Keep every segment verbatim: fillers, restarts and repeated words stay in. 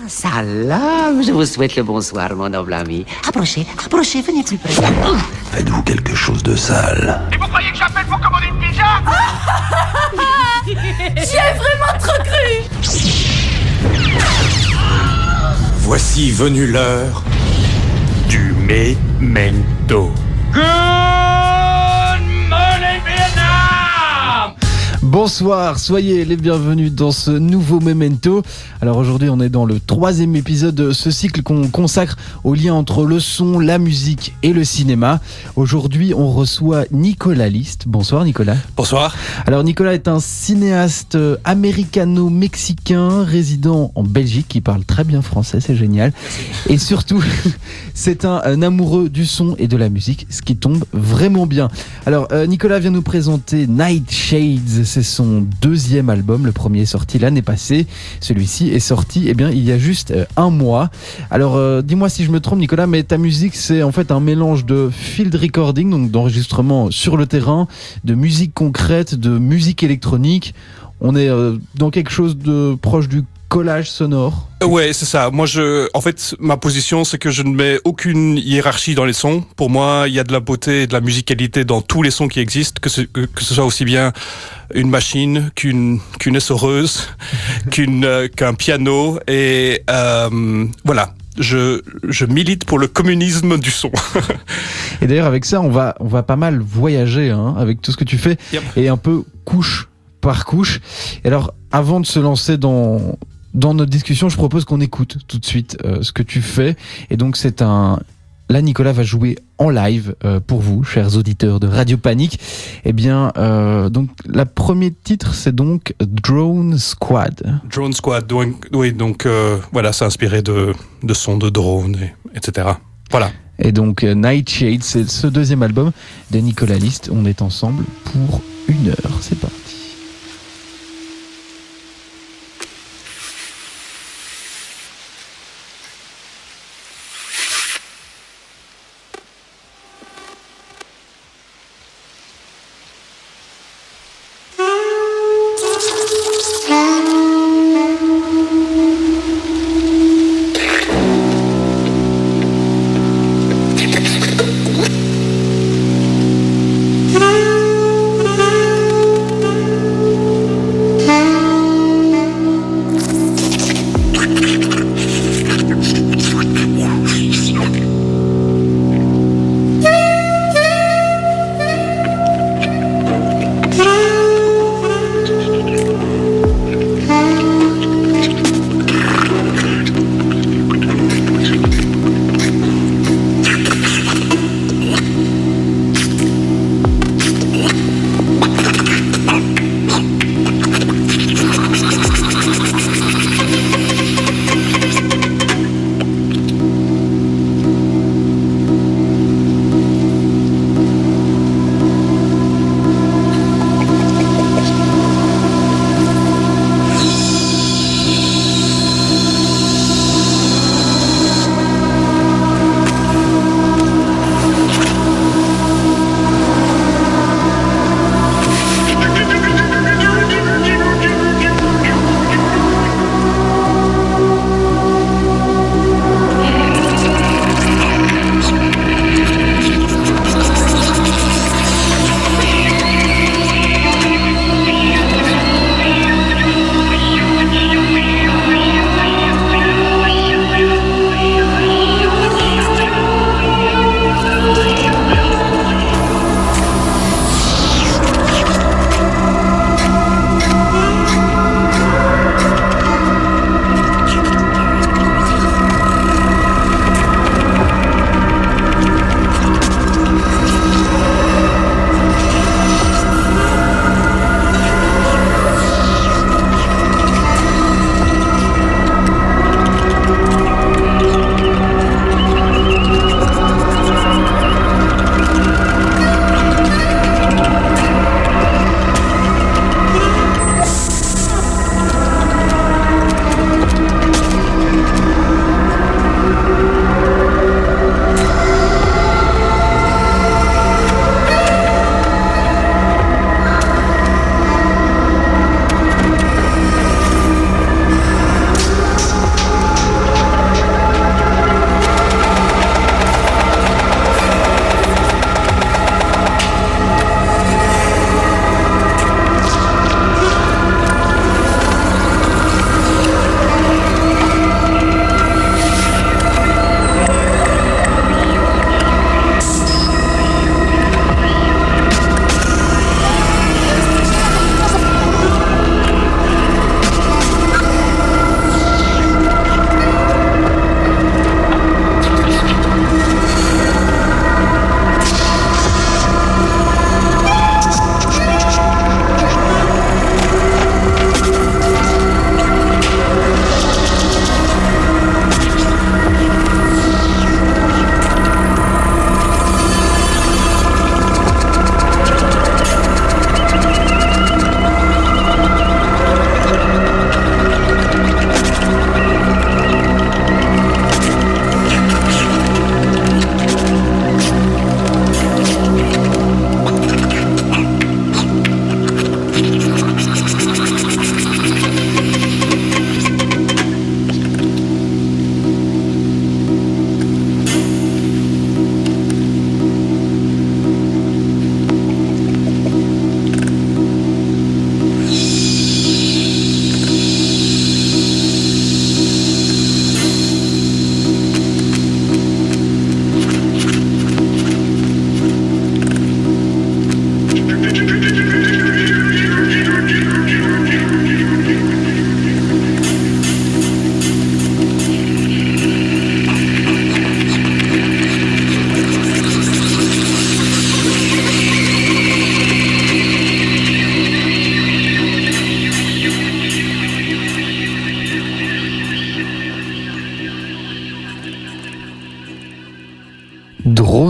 Salam, je vous souhaite le bonsoir, mon noble ami. Approchez, approchez, venez plus près. Faites-vous quelque chose de sale? Et vous croyez que j'appelle pour commander une pizza? J'y ai vraiment trop cru. Voici venue l'heure du memento. Good morning, Vietnam! Bonsoir, soyez les bienvenus dans ce nouveau Memento. Alors aujourd'hui on est dans le troisième épisode de ce cycle qu'on consacre au lien entre le son, la musique et le cinéma. Aujourd'hui on reçoit Nicolas List. Bonsoir Nicolas. Bonsoir. Alors Nicolas est un cinéaste américano-mexicain résidant en Belgique qui parle très bien français, c'est génial. Et surtout c'est un, un amoureux du son et de la musique, ce qui tombe vraiment bien. Alors euh, Nicolas vient nous présenter Night Shades. C'est son deuxième album, le premier est sorti l'année passée. Celui-ci est sorti eh bien, il y a juste euh, un mois. Alors euh, dis-moi si je me trompe Nicolas, mais ta musique c'est en fait un mélange de field recording, donc d'enregistrement sur le terrain, de musique concrète, de musique électronique. On est euh, dans quelque chose de proche du collage sonore. Ouais, c'est ça. Moi, je, en fait, ma position, c'est que je ne mets aucune hiérarchie dans les sons. Pour moi, il y a de la beauté et de la musicalité dans tous les sons qui existent, que ce, que, que ce soit aussi bien une machine qu'une, qu'une essoreuse, qu'une, euh, qu'un piano. Et euh, voilà. Je, je milite pour le communisme du son. Et d'ailleurs, avec ça, on va, on va pas mal voyager, hein, avec tout ce que tu fais, yep. Et un peu couche par couche. Et alors, avant de se lancer dans dans notre discussion, je propose qu'on écoute tout de suite euh, ce que tu fais. Et donc, c'est un... Là, Nicolas va jouer en live euh, pour vous, chers auditeurs de Radio Panique. Eh bien, euh, donc, le premier titre, c'est donc Drone Squad. Drone Squad, donc, oui, donc euh, voilà, c'est inspiré de, de sons de drones, et, etc. Voilà. Et donc, euh, Night Shades, c'est ce deuxième album de Nicolas List. On est ensemble pour une heure. C'est parti.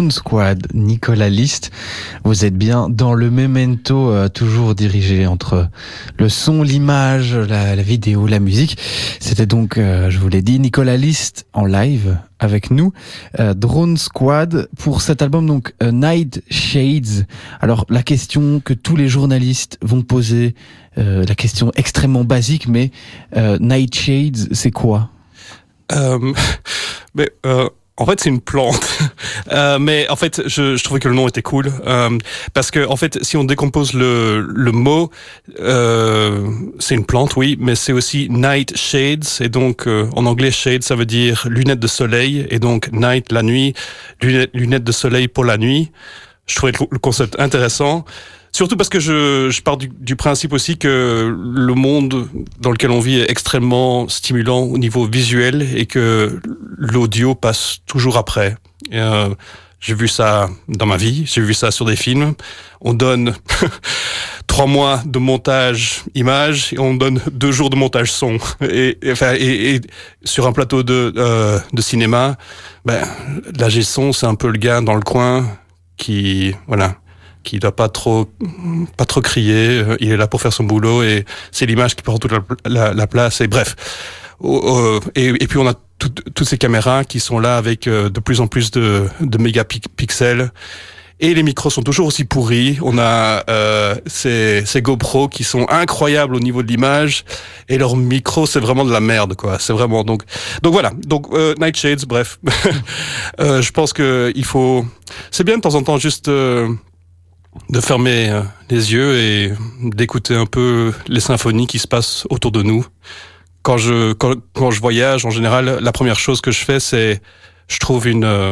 Drone Squad, Nicolas List. Vous êtes bien dans le memento, euh, toujours dirigé entre le son, l'image, la, la vidéo, la musique. C'était donc, euh, je vous l'ai dit, Nicolas List en live avec nous. Euh, Drone Squad pour cet album, donc euh, Night Shades. Alors la question que tous les journalistes vont poser, euh, la question extrêmement basique, mais euh, Night Shades, c'est quoi? Euh, mais euh, en fait, c'est une plante. euh, mais en fait, je, je trouvais que le nom était cool euh, parce que en fait, si on décompose le le mot, euh, c'est une plante, oui, mais c'est aussi night shades et donc euh, en anglais shade ça veut dire lunettes de soleil et donc night la nuit, lunettes, lunettes de soleil pour la nuit. Je trouvais le concept intéressant. Surtout parce que je, je pars du, du principe aussi que le monde dans lequel on vit est extrêmement stimulant au niveau visuel et que l'audio passe toujours après. Et euh, j'ai vu ça dans ma vie, j'ai vu ça sur des films. On donne trois mois de montage image et on donne deux jours de montage son. Et, et, enfin, et, et sur un plateau de, euh, de cinéma, ben, l'ingé son, c'est un peu le gars dans le coin qui, voilà, qui doit pas trop, pas trop crier. Il est là pour faire son boulot et c'est l'image qui prend toute la, la, la place. Et bref. Et, et puis on a tout, toutes ces caméras qui sont là avec de plus en plus de, de mégapixels. Et les micros sont toujours aussi pourris. On a euh, ces, ces GoPro qui sont incroyables au niveau de l'image et leur micro c'est vraiment de la merde, quoi. C'est vraiment donc donc voilà. Donc euh, Night Shades, bref. euh, je pense que il faut. C'est bien de temps en temps juste euh, de fermer euh, les yeux et d'écouter un peu les symphonies qui se passent autour de nous. Quand je quand, quand je voyage, en général, la première chose que je fais, c'est je trouve une euh,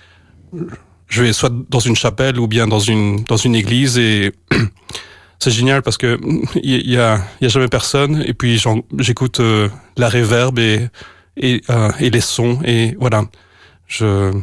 je vais soit dans une chapelle ou bien dans une dans une église et c'est génial parce que il y a il y a jamais personne et puis j'écoute euh, la réverb et et euh, et les sons et voilà. Je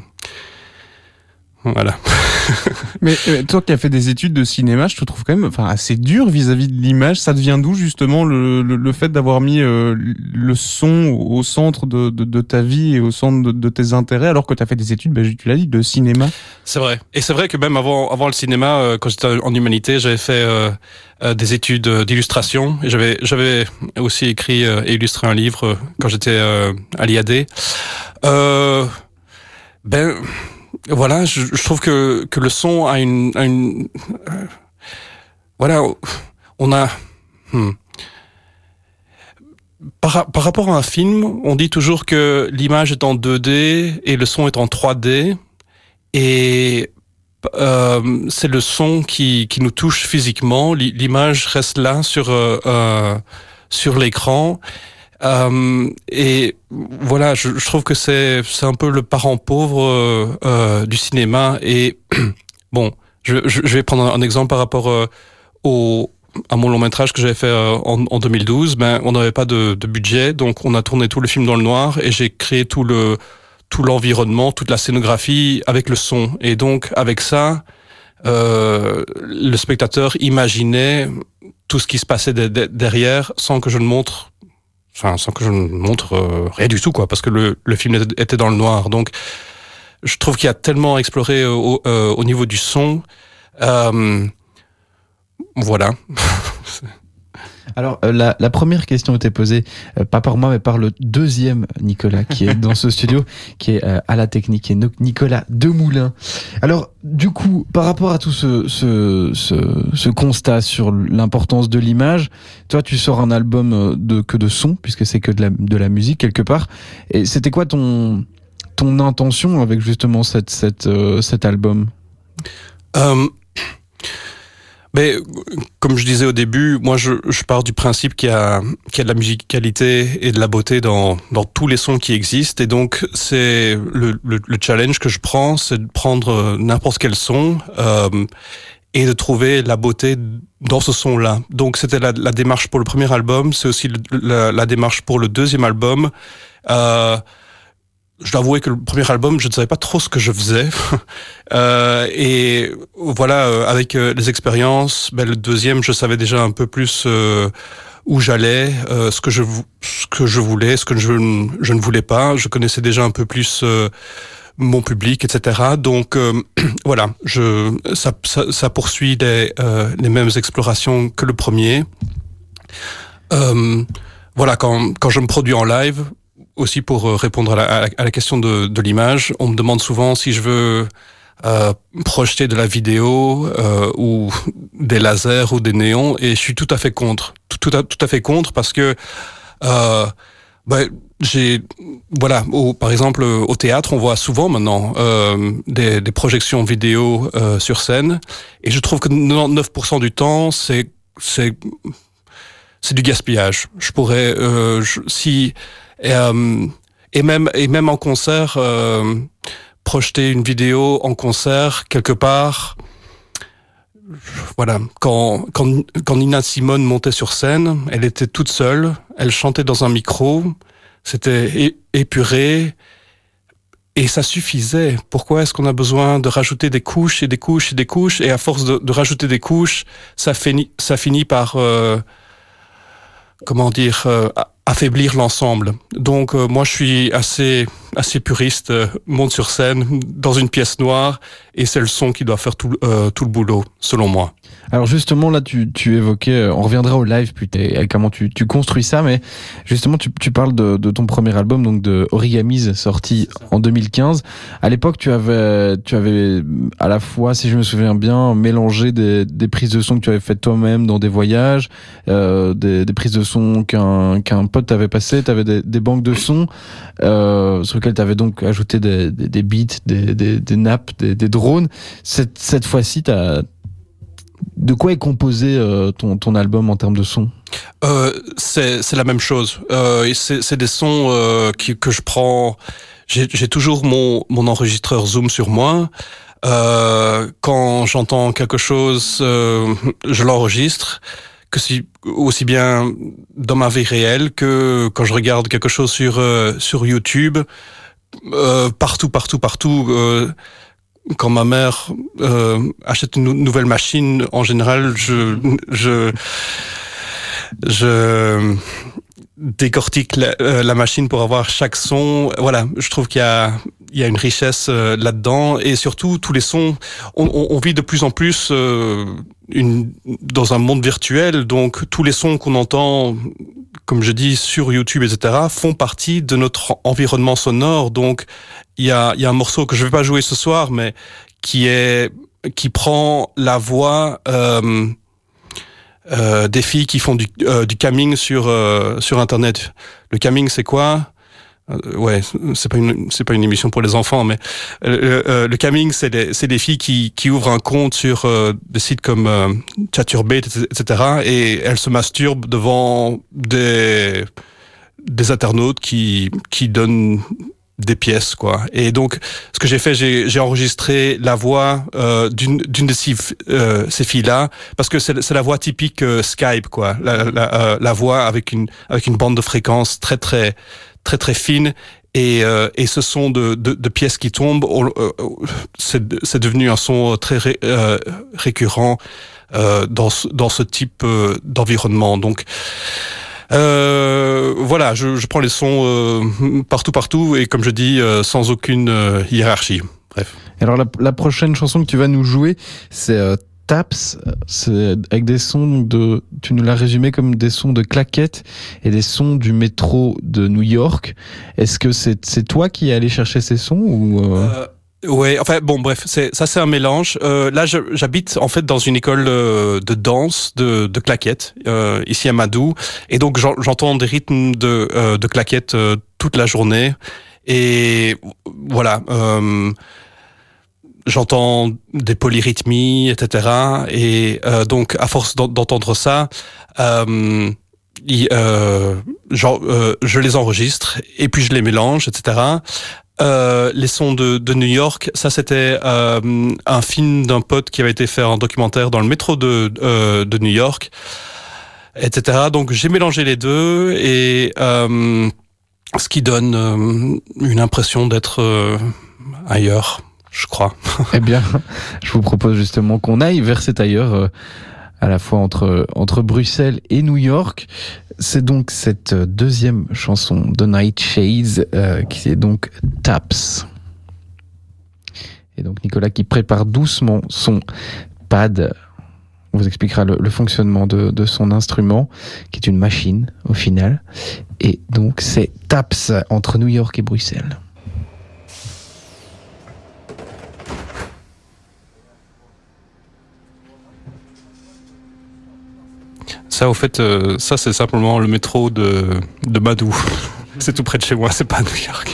voilà. Mais euh, toi qui as fait des études de cinéma, je te trouve quand même enfin assez dur vis-à-vis de l'image. Ça devient d'où justement le, le, le fait d'avoir mis euh, le son au centre de, de, de ta vie et au centre de, de tes intérêts alors que tu as fait des études, ben, tu l'as dit, de cinéma. C'est vrai. Et c'est vrai que même avant, avant le cinéma, euh, quand j'étais en humanité, j'avais fait euh, euh, des études d'illustration et j'avais, j'avais aussi écrit euh, et illustré un livre euh, quand j'étais euh, à l'I A D. Euh, ben... Voilà, je, je trouve que que le son a une, a une euh, voilà, on a hmm. par par rapport à un film, on dit toujours que l'image est en deux D et le son est en trois D et euh, c'est le son qui qui nous touche physiquement, l'image reste là sur euh, euh, sur l'écran. Euh, et voilà, je, je trouve que c'est c'est un peu le parent pauvre euh, euh, du cinéma. Et bon, je, je, je vais prendre un exemple par rapport euh, au à mon long métrage que j'avais fait euh, en, en deux mille douze. Ben, on n'avait pas de, de budget, donc on a tourné tout le film dans le noir et j'ai créé tout le tout l'environnement, toute la scénographie avec le son. Et donc avec ça, euh, le spectateur imaginait tout ce qui se passait de, de, derrière, sans que je ne montre. Enfin, sans que je ne montre euh, rien du tout, quoi, parce que le, le film était dans le noir. Donc, je trouve qu'il y a tellement à explorer au, euh, au niveau du son. Euh, voilà. Alors, euh, la, la première question était posée, euh, pas par moi, mais par le deuxième Nicolas qui est dans ce studio, qui est euh, à la technique, qui est Nicolas Demoulin. Alors, du coup, par rapport à tout ce, ce, ce, ce constat sur l'importance de l'image, toi, tu sors un album de que de son, puisque c'est que de la, de la musique quelque part. Et c'était quoi ton, ton intention avec justement cette, cette, euh, cet album? euh... Mais comme je disais au début, moi je, je pars du principe qu'il y a qu'il y a de la musicalité et de la beauté dans dans tous les sons qui existent et donc c'est le le, le challenge que je prends, c'est de prendre n'importe quel son euh, et de trouver la beauté dans ce son-là. Donc c'était la, la démarche pour le premier album, c'est aussi le, la, la démarche pour le deuxième album. Euh, Je dois avouer que le premier album, je ne savais pas trop ce que je faisais. euh, et voilà, euh, avec euh, les expériences, ben, le deuxième, je savais déjà un peu plus euh, où j'allais, euh, ce que je ce que je voulais, ce que je, je ne voulais pas. Je connaissais déjà un peu plus euh, mon public, et cetera. Donc euh, voilà, je, ça, ça, ça poursuit les, euh, les mêmes explorations que le premier. Euh, voilà, quand, quand je me produis en live, aussi pour répondre à la, à la, à la question de, de l'image, on me demande souvent si je veux euh, projeter de la vidéo euh, ou des lasers ou des néons, et je suis tout à fait contre, tout, tout, à, tout à fait contre parce que euh, ben, j'ai voilà, au, par exemple au théâtre, on voit souvent maintenant euh, des, des projections vidéo euh, sur scène, et je trouve que quatre-vingt-dix-neuf pour cent du temps, c'est c'est c'est du gaspillage. Je pourrais euh, je, si et, euh, et même et même en concert, euh, projeter une vidéo en concert quelque part. Voilà, quand quand quand Nina Simone montait sur scène, elle était toute seule, elle chantait dans un micro. C'était épuré et ça suffisait. Pourquoi est-ce qu'on a besoin de rajouter des couches et des couches et des couches, et à force de, de rajouter des couches, ça finit, ça finit par euh, comment dire euh, affaiblir l'ensemble. Donc euh, moi je suis assez assez puriste. Euh, monte sur scène dans une pièce noire et c'est le son qui doit faire tout euh, tout le boulot, selon moi. Alors justement là tu tu évoquais, on reviendra au live plus tard, comment tu tu construis ça, mais justement tu tu parles de de ton premier album, donc de Origamis, sorti en deux mille quinze. À l'époque tu avais tu avais à la fois, si je me souviens bien, mélangé des des prises de son que tu avais faites toi-même dans des voyages, euh, des des prises de son qu'un qu'un pote t'avait passé, t'avais des des banques de sons euh, sur lesquelles t'avais donc ajouté des des, des beats, des des des nappes, des des drones. Cette cette fois-ci t'as De quoi est composé euh, ton, ton album en termes de son? euh, c'est, c'est la même chose. Euh, c'est, c'est des sons euh, qui, que je prends. J'ai, j'ai toujours mon, mon enregistreur Zoom sur moi. Euh, quand j'entends quelque chose, euh, je l'enregistre. Que si, aussi bien dans ma vie réelle que quand je regarde quelque chose sur euh, sur YouTube, euh, partout, partout, partout. Euh, Quand ma mère euh, achète une nouvelle machine, en général, je je je décortique la, euh, la machine pour avoir chaque son. Voilà, je trouve qu'il y a il y a une richesse euh, là-dedans, et surtout tous les sons. On, on, on vit de plus en plus euh, une dans un monde virtuel, donc tous les sons qu'on entend, comme je dis, sur YouTube, et cetera, font partie de notre environnement sonore. Donc il y a il y a un morceau que je vais pas jouer ce soir, mais qui est qui prend la voix euh, euh, des filles qui font du euh, du camming sur euh, sur internet. Le camming, c'est quoi? Euh, ouais, c'est pas une c'est pas une émission pour les enfants, mais euh, euh, le camming, c'est des c'est des filles qui qui ouvrent un compte sur euh, des sites comme euh, Chaturbate, et cetera, et elles se masturbent devant des des internautes qui qui donnent des pièces, quoi. Et donc ce que j'ai fait, j'ai j'ai enregistré la voix euh, d'une d'une de ces euh, ces filles-là, parce que c'est c'est la voix typique euh, Skype, quoi. La la, euh, la voix avec une avec une bande de fréquences très très très très fine, et euh, et ce son de de, de pièces qui tombent, on, euh, c'est c'est devenu un son très ré, euh, récurrent euh, dans ce, dans ce type euh, d'environnement. Donc Euh, voilà, je, je prends les sons euh, partout, partout, et comme je dis, euh, sans aucune euh, hiérarchie. Bref. Alors la, la prochaine chanson que tu vas nous jouer, c'est euh, Taps, c'est avec des sons de, tu nous l'as résumé comme des sons de claquettes et des sons du métro de New York. Est-ce que c'est c'est toi qui es allé chercher ces sons ou euh... Euh... Ouais, enfin bon, bref, c'est ça, c'est un mélange. Euh, là, je, j'habite en fait dans une école euh, de danse de, de claquettes euh, ici à Madou, et donc j'en, j'entends des rythmes de euh, de claquettes euh, toute la journée, et voilà, euh, j'entends des polyrythmies, et cetera. Et euh, donc à force d'entendre ça, euh, y, euh, genre, euh, je les enregistre et puis je les mélange, et cetera. Euh, les sons de, de New York, ça c'était euh, un film d'un pote qui avait été fait en documentaire dans le métro de, euh, de New York, et cetera. Donc j'ai mélangé les deux, et euh, ce qui donne euh, une impression d'être euh, ailleurs, je crois. Eh bien, je vous propose justement qu'on aille vers cet ailleurs, euh, à la fois entre entre Bruxelles et New York. C'est donc cette deuxième chanson de Nightshades, euh, qui est donc Taps. Et donc Nicolas qui prépare doucement son pad. On vous expliquera le, le fonctionnement de, de son instrument, qui est une machine au final. Et donc c'est Taps entre New York et Bruxelles. Ça, au fait, euh, ça c'est simplement le métro de, de Madou. C'est tout près de chez moi, c'est pas à New York.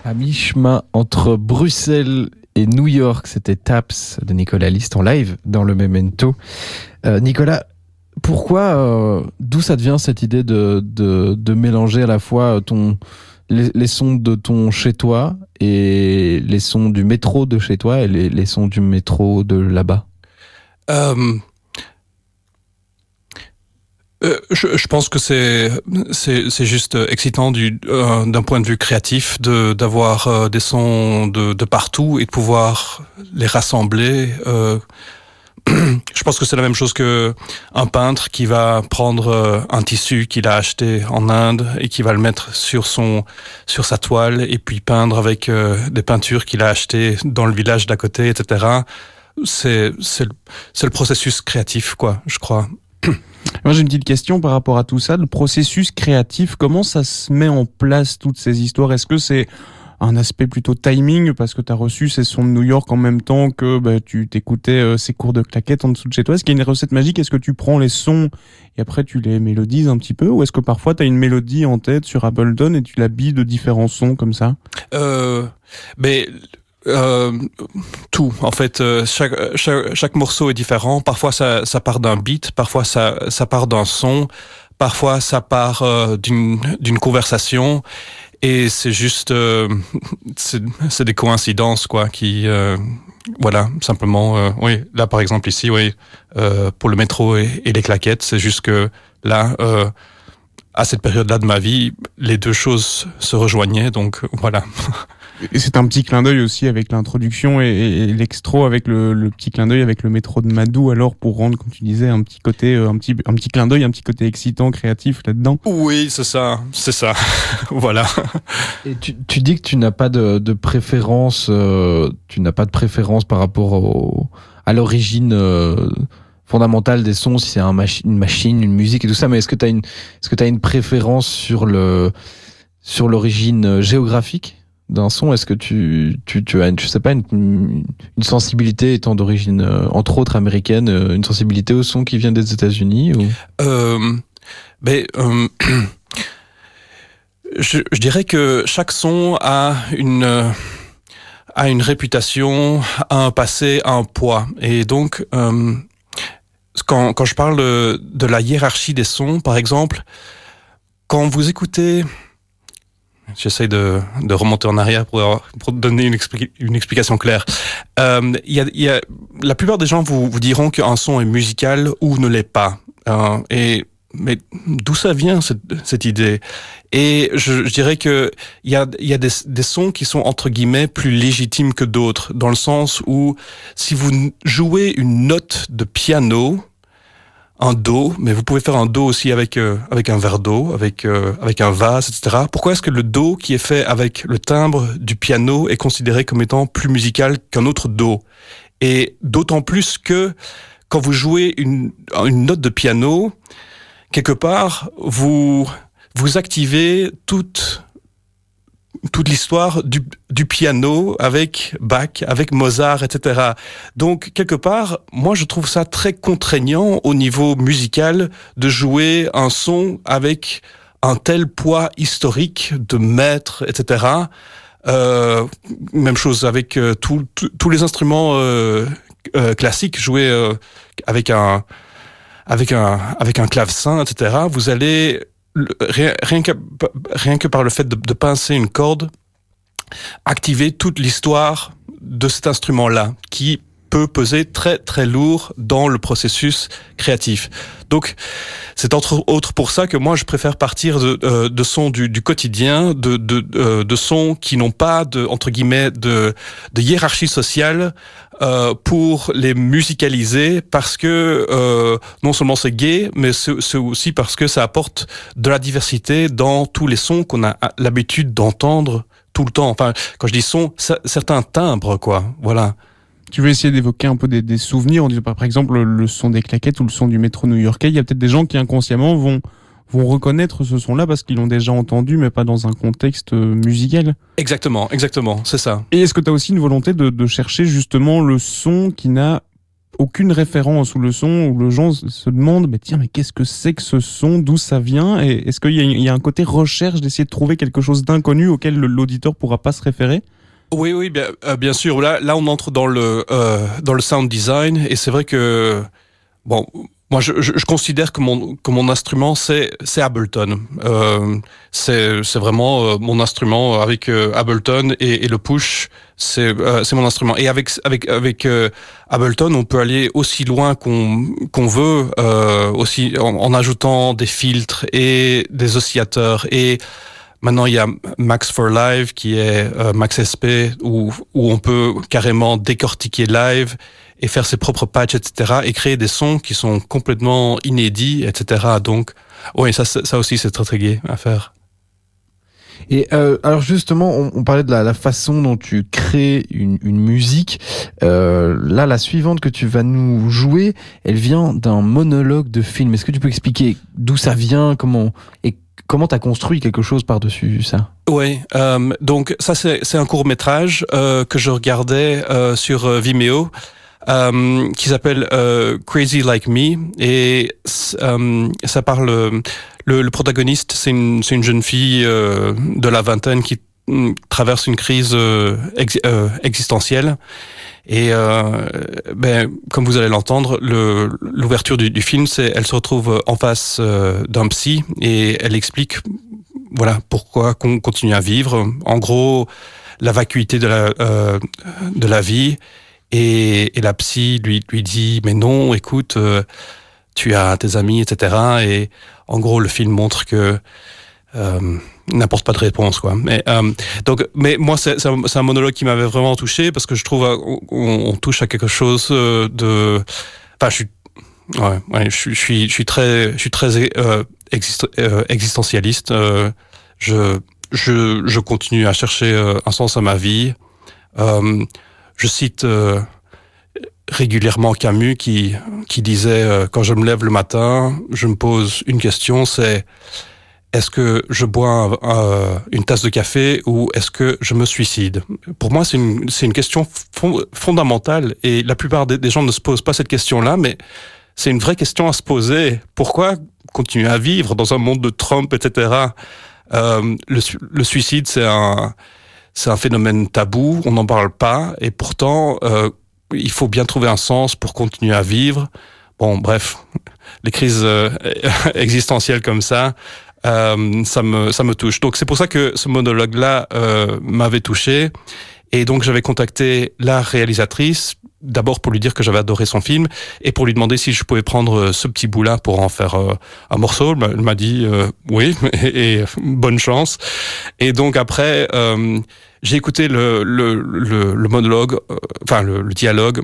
À mi-chemin entre Bruxelles et New York, c'était Taps de Nicolas List en live dans le Memento. Euh, Nicolas, pourquoi, euh, d'où ça devient cette idée de, de, de mélanger à la fois ton, les, les sons de ton chez-toi et les sons du métro de chez toi et les, les sons du métro de là-bas? euh... Euh, je, je pense que c'est c'est c'est juste excitant du euh, d'un point de vue créatif de d'avoir euh, des sons de de partout et de pouvoir les rassembler. Euh, je pense que c'est la même chose que un peintre qui va prendre euh, un tissu qu'il a acheté en Inde et qui va le mettre sur son sur sa toile et puis peindre avec euh, des peintures qu'il a achetées dans le village d'à côté, et cetera. C'est c'est c'est le processus créatif, quoi, je crois. Moi, j'ai une petite question par rapport à tout ça. Le processus créatif, comment ça se met en place, toutes ces histoires? Est-ce que c'est un aspect plutôt timing, parce que tu as reçu ces sons de New York en même temps que bah, tu t'écoutais euh, ces cours de claquettes en dessous de chez toi? Est-ce qu'il y a une recette magique? Est-ce que tu prends les sons et après tu les mélodises un petit peu? Ou est-ce que parfois tu as une mélodie en tête sur Ableton et tu l'habilles de différents sons comme ça? Euh, mais... Euh, tout en fait, euh, chaque, chaque chaque morceau est différent. Parfois ça ça part d'un beat, parfois ça ça part d'un son, parfois ça part euh, d'une d'une conversation, et c'est juste euh, c'est c'est des coïncidences, quoi, qui euh, voilà, simplement euh, oui, là par exemple ici, oui, euh, pour le métro et, et les claquettes, c'est juste que là euh, à cette période-là de ma vie, les deux choses se rejoignaient, donc voilà. Et c'est un petit clin d'œil aussi avec l'introduction et, et l'extro, avec le, le petit clin d'œil avec le métro de Madou, alors pour rendre, comme tu disais, un petit côté, un petit, un petit clin d'œil, un petit côté excitant, créatif là-dedans. Oui, c'est ça, c'est ça. Voilà. Et tu, tu dis que tu n'as pas de, de préférence, euh, tu n'as pas de préférence par rapport au, à l'origine euh, fondamentale des sons, si c'est un machi- une machine, une musique et tout ça. Mais est-ce que tu as une, est-ce que tu as une préférence sur le, sur l'origine géographique d'un son? Est-ce que tu, tu, tu as, une, je sais pas, une, une sensibilité étant d'origine, euh, entre autres américaine, euh, une sensibilité au son qui vient des États-Unis ou... euh, ben, euh, je, je dirais que chaque son a une, euh, a une réputation, a un passé, a un poids. Et donc, euh, quand, quand je parle de, de la hiérarchie des sons, par exemple, quand vous écoutez... J'essaie de, de remonter en arrière pour, pour donner une, expli- une explication claire. Euh, y a, y a, la plupart des gens vous, vous diront qu'un son est musical ou ne l'est pas. Euh, et, mais d'où ça vient, cette, cette idée? Et je, je dirais que il y a, y a des, des sons qui sont entre guillemets plus légitimes que d'autres, dans le sens où si vous jouez une note de piano, un do, mais vous pouvez faire un do aussi avec euh, avec un verre d'eau, avec euh, avec un vase, et cetera. Pourquoi est-ce que le do qui est fait avec le timbre du piano est considéré comme étant plus musical qu'un autre do? Et d'autant plus que quand vous jouez une une note de piano, quelque part vous vous activez toute toute l'histoire du, du piano avec Bach, avec Mozart, et cetera. Donc, quelque part, moi, je trouve ça très contraignant au niveau musical de jouer un son avec un tel poids historique de maître, et cetera. Euh, même chose avec euh, tous les instruments euh, euh, classiques joués euh, avec un avec un avec un clavecin, et cetera. Vous allez Rien, rien, que, rien que par le fait de, de pincer une corde, activer toute l'histoire de cet instrument-là, qui peut peser très très lourd dans le processus créatif. Donc, c'est entre autres pour ça que moi je préfère partir de, euh, de sons du, du quotidien, de, de, euh, de sons qui n'ont pas de entre guillemets de, de hiérarchie sociale euh, pour les musicaliser, parce que euh, non seulement c'est gai, mais c'est, c'est aussi parce que ça apporte de la diversité dans tous les sons qu'on a l'habitude d'entendre tout le temps. Enfin, quand je dis son, certains timbres, quoi. Voilà. Tu veux essayer d'évoquer un peu des, des souvenirs, en disant par exemple le son des claquettes ou le son du métro new-yorkais. Il y a peut-être des gens qui inconsciemment vont vont reconnaître ce son-là parce qu'ils l'ont déjà entendu, mais pas dans un contexte musical. Exactement, exactement, c'est ça. Et est-ce que tu as aussi une volonté de, de chercher justement le son qui n'a aucune référence ou le son où le gens se demandent mais tiens mais qu'est-ce que c'est que ce son, d'où ça vient, et est-ce qu'il y a, il y a un côté recherche d'essayer de trouver quelque chose d'inconnu auquel l'auditeur pourra pas se référer? Oui, oui, bien, euh, bien sûr. Là, là, on entre dans le euh, dans le sound design, et c'est vrai que bon, moi, je, je, je considère que mon que mon instrument c'est c'est Ableton. Euh, c'est c'est vraiment euh, mon instrument avec euh, Ableton, et, et le push, c'est euh, c'est mon instrument. Et avec avec avec euh, Ableton, on peut aller aussi loin qu'on qu'on veut, euh, aussi en, en ajoutant des filtres et des oscillateurs. Et maintenant, il y a Max for Live qui est euh, Max S P, où où on peut carrément décortiquer live et faire ses propres patchs, et cetera, et créer des sons qui sont complètement inédits, et cetera. Donc, oui, ça, ça aussi, c'est très très gai à faire. Et euh, alors justement, on, on parlait de la, la façon dont tu crées une, une musique. Euh, là, la suivante que tu vas nous jouer, elle vient d'un monologue de film. Est-ce que tu peux expliquer d'où ça vient, comment et comment t'as construit quelque chose par-dessus ça? Oui, euh, donc ça c'est c'est un court métrage euh, que je regardais euh, sur euh, Vimeo. Euh, qui s'appelle euh, Crazy Like Me, et euh, ça parle, le, le protagoniste c'est une c'est une jeune fille euh, de la vingtaine qui mm, traverse une crise euh, ex, euh, existentielle, et euh, ben comme vous allez l'entendre, le l'ouverture du, du film, c'est elle se retrouve en face euh, d'un psy, et elle explique voilà pourquoi qu'on continue à vivre, en gros la vacuité de la euh, de la vie. Et, et la psy lui lui dit mais non, écoute, euh, tu as tes amis, et cetera. Et en gros, le film montre que euh, n'apporte pas de réponse, quoi. Mais euh, donc, mais moi, c'est, c'est, un, c'est un monologue qui m'avait vraiment touché, parce que je trouve euh, on, on touche à quelque chose de. Enfin, je suis, ouais, ouais, je, je suis, je suis très, je suis très euh, exist, euh, existentialiste. Euh, je, je, je continue à chercher euh, un sens à ma vie. Euh, Je cite euh, régulièrement Camus qui qui disait euh, quand je me lève le matin, je me pose une question, c'est est-ce que je bois euh, une tasse de café ou est-ce que je me suicide? Pour moi, c'est une c'est une question fond, fondamentale, et la plupart des, des gens ne se posent pas cette question-là, mais c'est une vraie question à se poser. Pourquoi continuer à vivre dans un monde de Trump, et cetera. Euh, le, le suicide, c'est un C'est un phénomène tabou, on n'en parle pas, et pourtant, euh, il faut bien trouver un sens pour continuer à vivre. Bon, bref, les crises euh, existentielles comme ça, euh, ça me ça me touche. Donc c'est pour ça que ce monologue-là euh, m'avait touché, et donc j'avais contacté la réalisatrice, d'abord pour lui dire que j'avais adoré son film, et pour lui demander si je pouvais prendre ce petit bout-là pour en faire euh, un morceau. Elle m'a dit euh, oui, et, et bonne chance. Et donc après, euh, j'ai écouté le, le, le, le monologue, euh, enfin le, le dialogue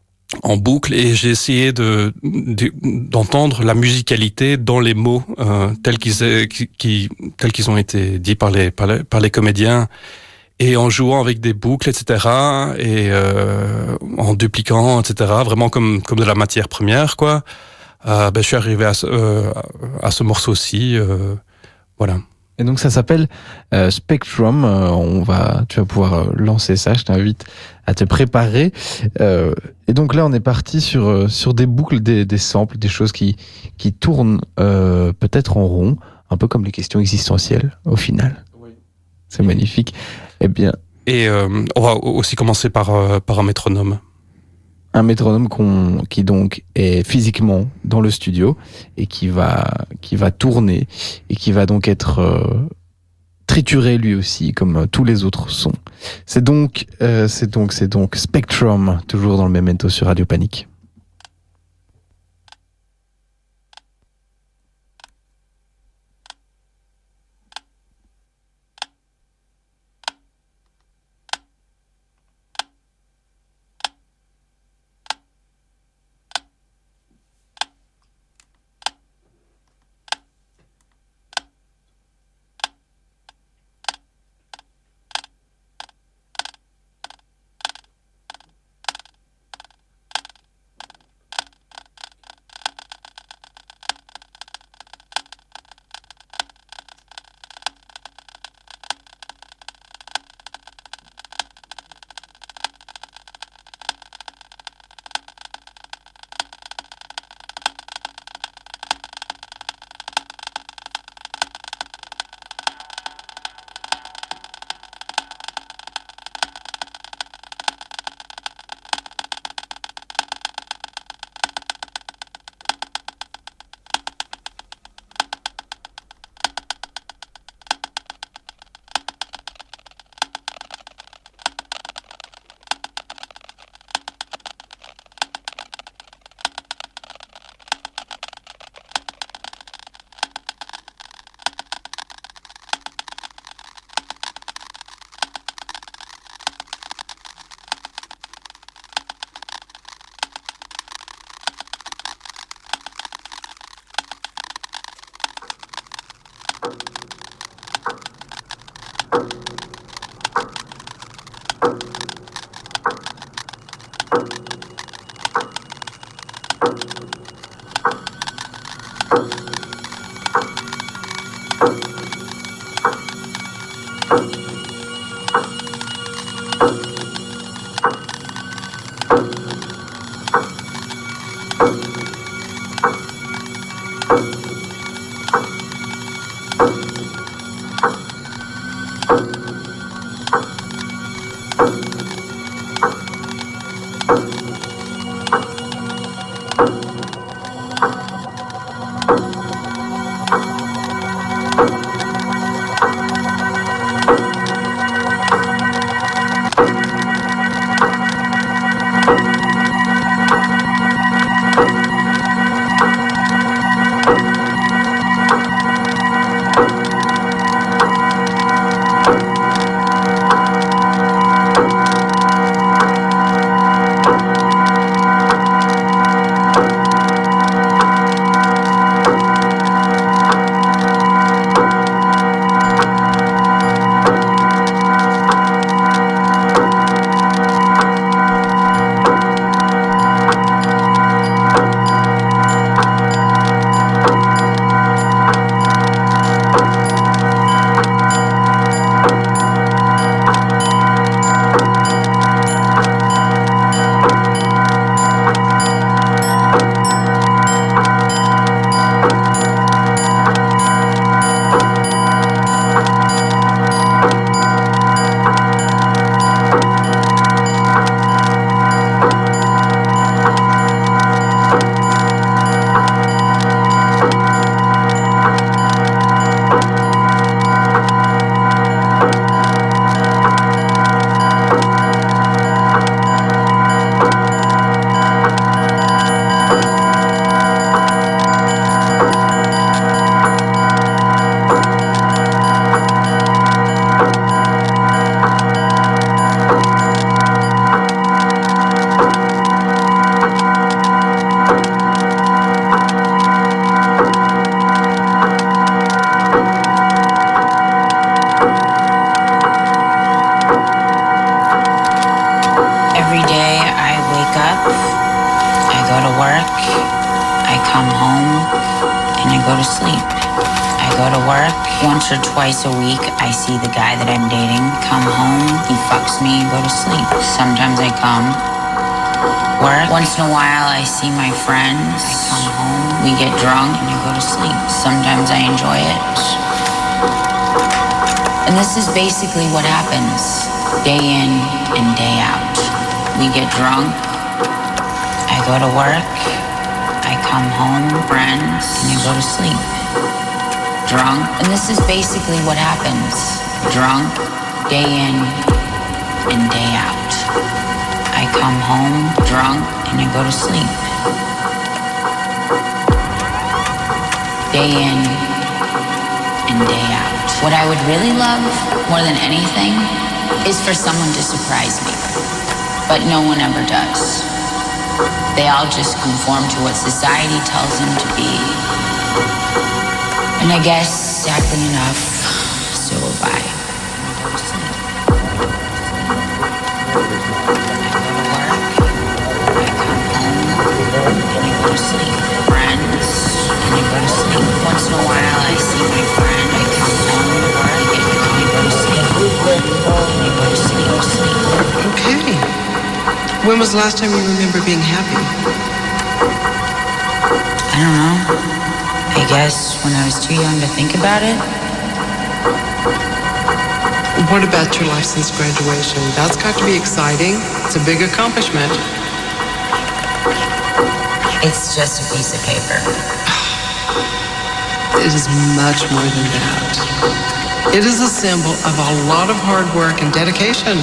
en boucle, et j'ai essayé de, de d'entendre la musicalité dans les mots euh, tels qu'ils aient, qui, qui, tels qu'ils ont été dits par les par les, par les comédiens. Et en jouant avec des boucles, et cetera, et euh, en dupliquant, et cetera, vraiment comme comme de la matière première, quoi. Euh, ben je suis arrivé à ce, euh, à ce morceau-ci, euh, voilà. Et donc ça s'appelle euh, Spectrum. Euh, on va, tu vas pouvoir euh, lancer ça. Je t'invite à te préparer. Euh, et donc là, on est parti sur euh, sur des boucles, des, des samples, des choses qui qui tournent euh, peut-être en rond, un peu comme les questions existentielles au final. Oui. C'est magnifique. Eh bien. Et euh, on va aussi commencer par euh, par un métronome. Un métronome qu'on, qui donc est physiquement dans le studio et qui va, qui va tourner et qui va donc être euh, trituré lui aussi comme euh, tous les autres sons. C'est donc, euh, c'est donc, c'est donc Spectrum, toujours dans le Memento sur Radio Panique. Once or twice a week, I see the guy that I'm dating come home, he fucks me, go to sleep. Sometimes I come, work. Once in a while, I see my friends, I come home, we get drunk, and I go to sleep. Sometimes I enjoy it. And this is basically what happens, day in and day out. We get drunk, I go to work, I come home, friends, and I go to sleep. Drunk, and this is basically what happens. Drunk, day in and day out. I come home, drunk, and I go to sleep. Day in and day out. What I would really love, more than anything, is for someone to surprise me. But no one ever does. They all just conform to what society tells them to be. And I guess, sadly enough, so have I. I go to sleep. I come home, and I go to sleep. Friends, and I go to sleep. Once in a while, I see my friend. I come home, work, and I go to sleep. And I go to sleep, sleep. Okay. When was the last time you remember being happy? I don't know. I guess when I was too young to think about it. What about your life since graduation? That's got to be exciting. It's a big accomplishment. It's just a piece of paper. It is much more than that. It is a symbol of a lot of hard work and dedication.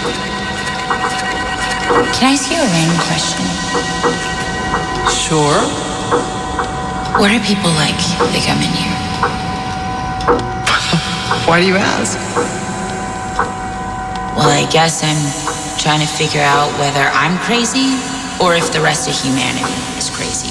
Can I ask you a random question? Sure. What are people like that come in here? Why do you ask? Well, I guess I'm trying to figure out whether I'm crazy or if the rest of humanity is crazy.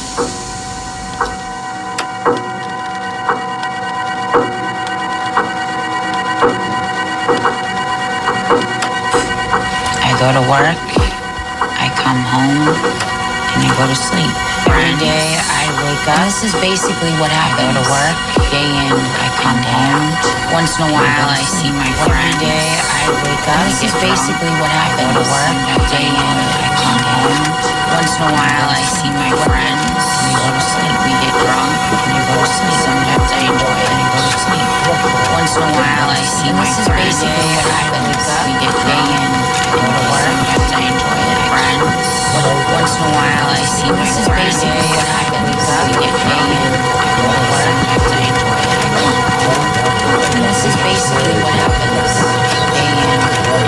I go to work, I come home, and I go to sleep. Every day I wake up, this is basically what happens. I go to work, day in, I come home. Once in a while I see my friend. Every day I wake up, this is basically what happens. I go to work, day in, I come home. Once in a while I see my friends. We go to sleep, we get drunk, and we go to sleep. Sometimes I enjoy it and I go to sleep. Once in a while I see my friends. This is basically what happens. We get day in, I go to work, sometimes I enjoy it, friends. Once in a while I see my friends. This is basically what happens. We get day in, I go to work, sometimes I enjoy it, I go home. This is basically what happens. Day in,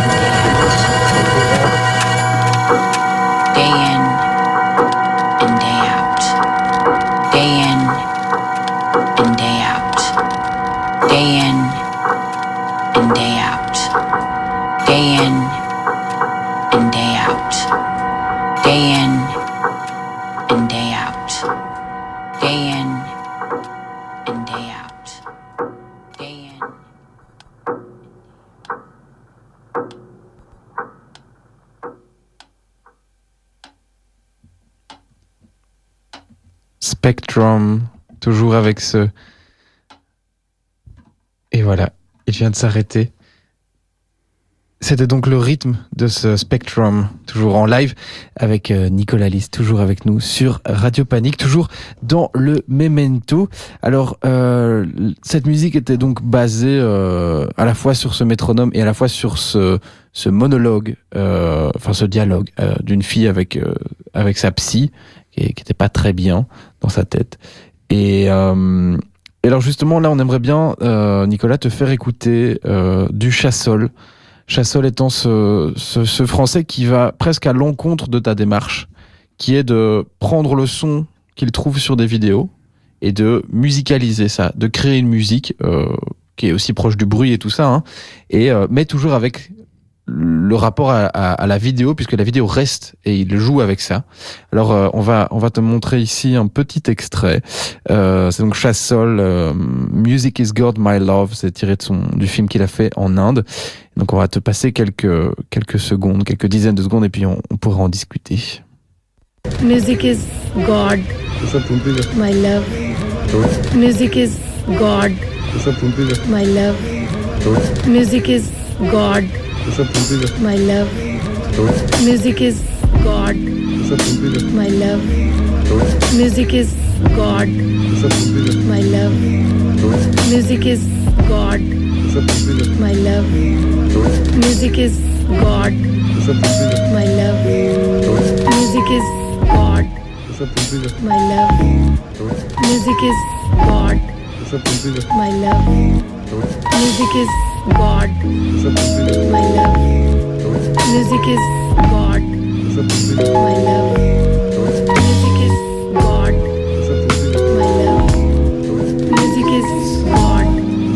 day in, and day out. Day in and day out. Day in and day out. Day in and day out. Day in and day out. Day in and day out. Day in. Spectrum, toujours avec ce... Et voilà, il vient de s'arrêter. C'était donc le rythme de ce Spectrum, toujours en live, avec Nicolas Lys, toujours avec nous sur Radio Panique, toujours dans le Memento. Alors, euh, cette musique était donc basée euh, à la fois sur ce métronome et à la fois sur ce, ce monologue, euh, enfin ce dialogue euh, d'une fille avec, euh, avec sa psy, qui n'était pas très bien dans sa tête. Et... Euh, et alors justement, là, on aimerait bien, euh, Nicolas, te faire écouter euh, du Chassol. Chassol étant ce, ce, ce français qui va presque à l'encontre de ta démarche, qui est de prendre le son qu'il trouve sur des vidéos et de musicaliser ça, de créer une musique euh, qui est aussi proche du bruit et tout ça, hein, et euh, mais toujours avec le rapport à, à, à la vidéo, puisque la vidéo reste et il joue avec ça. Alors euh, on va on va te montrer ici un petit extrait. Euh, c'est donc Chassol, euh, Music is God, My Love. C'est tiré de son du film qu'il a fait en Inde. Donc on va te passer quelques quelques secondes, quelques dizaines de secondes, et puis on, on pourra en discuter. Music is God, my love. Music is God, my love. Music is God, my love. Music is God, my love. Music is God, my love. Music is God, my love. Music is God, my love. Music is God, my love. Music is God, my love. Music is God, my love. Music is God, my love. Music is God, my love. Music is God,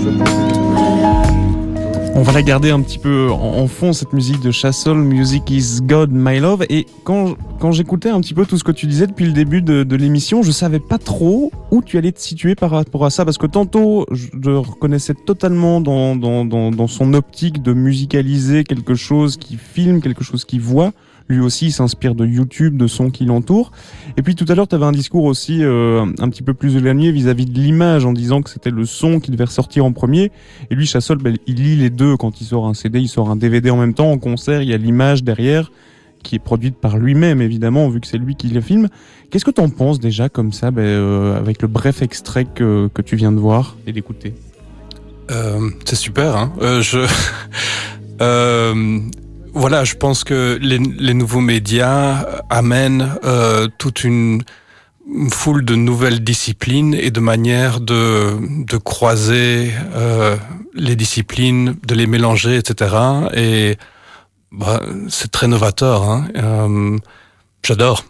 my love. On va la garder un petit peu en, en fond, cette musique de Chassol, Music is God, My Love. Et quand, quand j'écoutais un petit peu tout ce que tu disais depuis le début de, de l'émission, je savais pas trop où tu allais te situer par rapport à ça, parce que tantôt, je le reconnaissais totalement dans, dans, dans, dans son optique de musicaliser quelque chose qui filme, quelque chose qui voit. Lui aussi, il s'inspire de YouTube, de sons qui l'entourent. Et puis tout à l'heure, tu avais un discours aussi euh, un petit peu plus éloigné vis-à-vis de l'image, en disant que c'était le son qui devait ressortir en premier. Et lui, Chassol, ben, il lit les deux. Quand il sort un C D, il sort un D V D en même temps. En concert, il y a l'image derrière, qui est produite par lui-même, évidemment, vu que c'est lui qui le filme. Qu'est-ce que t'en penses déjà, comme ça, ben, euh, avec le bref extrait que, que tu viens de voir et d'écouter? euh, C'est super, hein. Euh, je... euh... Voilà, je pense que les, les nouveaux médias amènent euh, toute une, une foule de nouvelles disciplines et de manières de, de croiser euh, les disciplines, de les mélanger, et cetera. Et bah, c'est très novateur, hein. Euh, j'adore.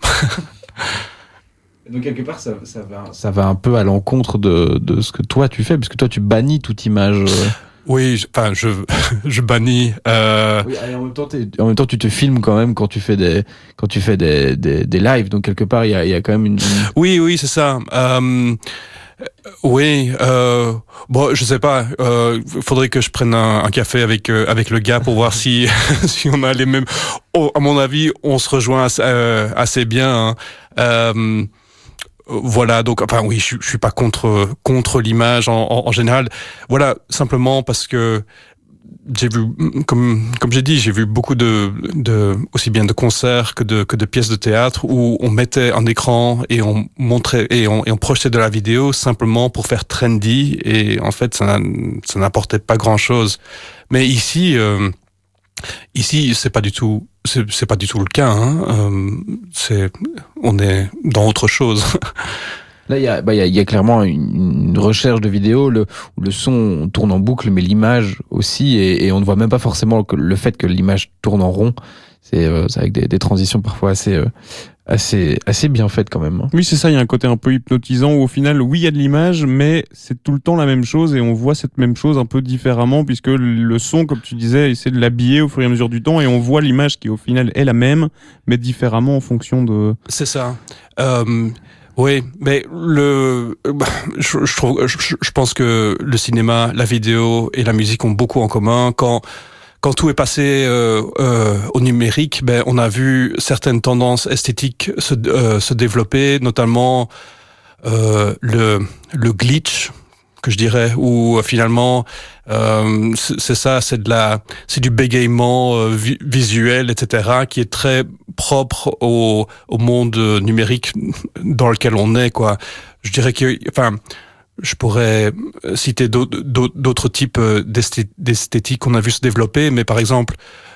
Donc quelque part, ça, ça, va, ça va un peu à l'encontre de, de ce que toi tu fais, puisque toi tu bannis toute image... Euh... Oui, enfin, je, je bannis. Euh... Oui, et en même temps, en même temps, tu te filmes quand même quand tu fais des, quand tu fais des, des, des lives. Donc quelque part, il y a, il y a quand même une. Oui, oui, c'est ça. Euh, Oui, euh, bon, je sais pas. Il euh, faudrait que je prenne un, un café avec euh, avec le gars pour voir si si on a les mêmes. Oh, à mon avis, on se rejoint assez, euh, assez bien. Hein. Euh, voilà, donc enfin oui, je, je suis pas contre contre l'image en, en, en général. Voilà, simplement parce que j'ai vu, comme comme j'ai dit, j'ai vu beaucoup de de aussi bien de concerts que de que de pièces de théâtre où on mettait un écran et on montrait et on et on projetait de la vidéo simplement pour faire trendy, et en fait ça ça n'apportait pas grand chose. Mais ici euh, ici c'est pas du tout c'est c'est pas du tout le cas. Hein. Euh, c'est on est dans autre chose. Là, il y a, bah, il y a, il y a clairement une, une recherche de vidéo le, où le son tourne en boucle, mais l'image aussi, et, et on ne voit même pas forcément que, le fait que l'image tourne en rond. C'est, euh, c'est avec des, des transitions parfois assez, euh, assez, assez bien faites quand même. Hein. Oui, c'est ça. Il y a un côté un peu hypnotisant où au final, oui, il y a de l'image, mais c'est tout le temps la même chose et on voit cette même chose un peu différemment puisque le son, comme tu disais, essaie de l'habiller au fur et à mesure du temps et on voit l'image qui au final est la même, mais différemment en fonction de. C'est ça. Euh... Oui, mais le, je, je trouve, je, je pense que le cinéma, la vidéo et la musique ont beaucoup en commun. Quand quand tout est passé euh, euh, au numérique, ben on a vu certaines tendances esthétiques se euh, se développer, notamment euh, le le glitch, que je dirais, où finalement euh, c'est, c'est ça, c'est de la, c'est du bégaiement euh, vi- visuel, et cetera, qui est très propre au, au monde numérique dans lequel on est, quoi. Je dirais que, enfin, je pourrais citer d'autres, d'autres, d'autres types d'esthé- d'esthétiques qu'on a vu se développer, mais par exemple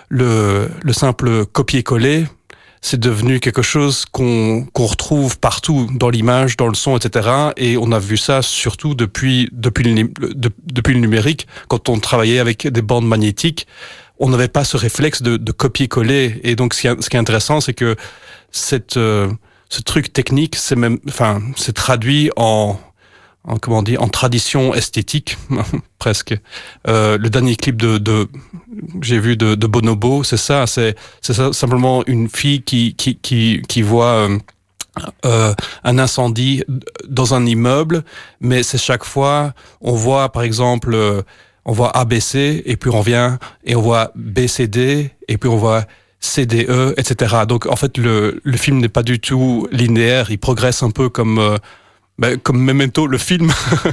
le, le simple copier-coller. C'est devenu quelque chose qu'on qu'on retrouve partout dans l'image, dans le son, et cetera. Et on a vu ça surtout depuis depuis le, de, depuis le numérique. Quand on travaillait avec des bandes magnétiques, on n'avait pas ce réflexe de, de copier-coller. Et donc, ce qui est, ce qui est intéressant, c'est que cette euh, ce truc technique, c'est même, enfin, c'est traduit en en comment dire, en tradition esthétique presque. Euh, le dernier clip de, de j'ai vu de, de Bonobo, c'est ça, c'est c'est ça, simplement une fille qui qui qui qui voit euh, euh, un incendie dans un immeuble, mais c'est chaque fois on voit par exemple euh, on voit A B C et puis on revient et on voit B C D et puis on voit C D E, et cetera. Donc en fait le le film n'est pas du tout linéaire, il progresse un peu comme euh, Ben, comme Memento, le film,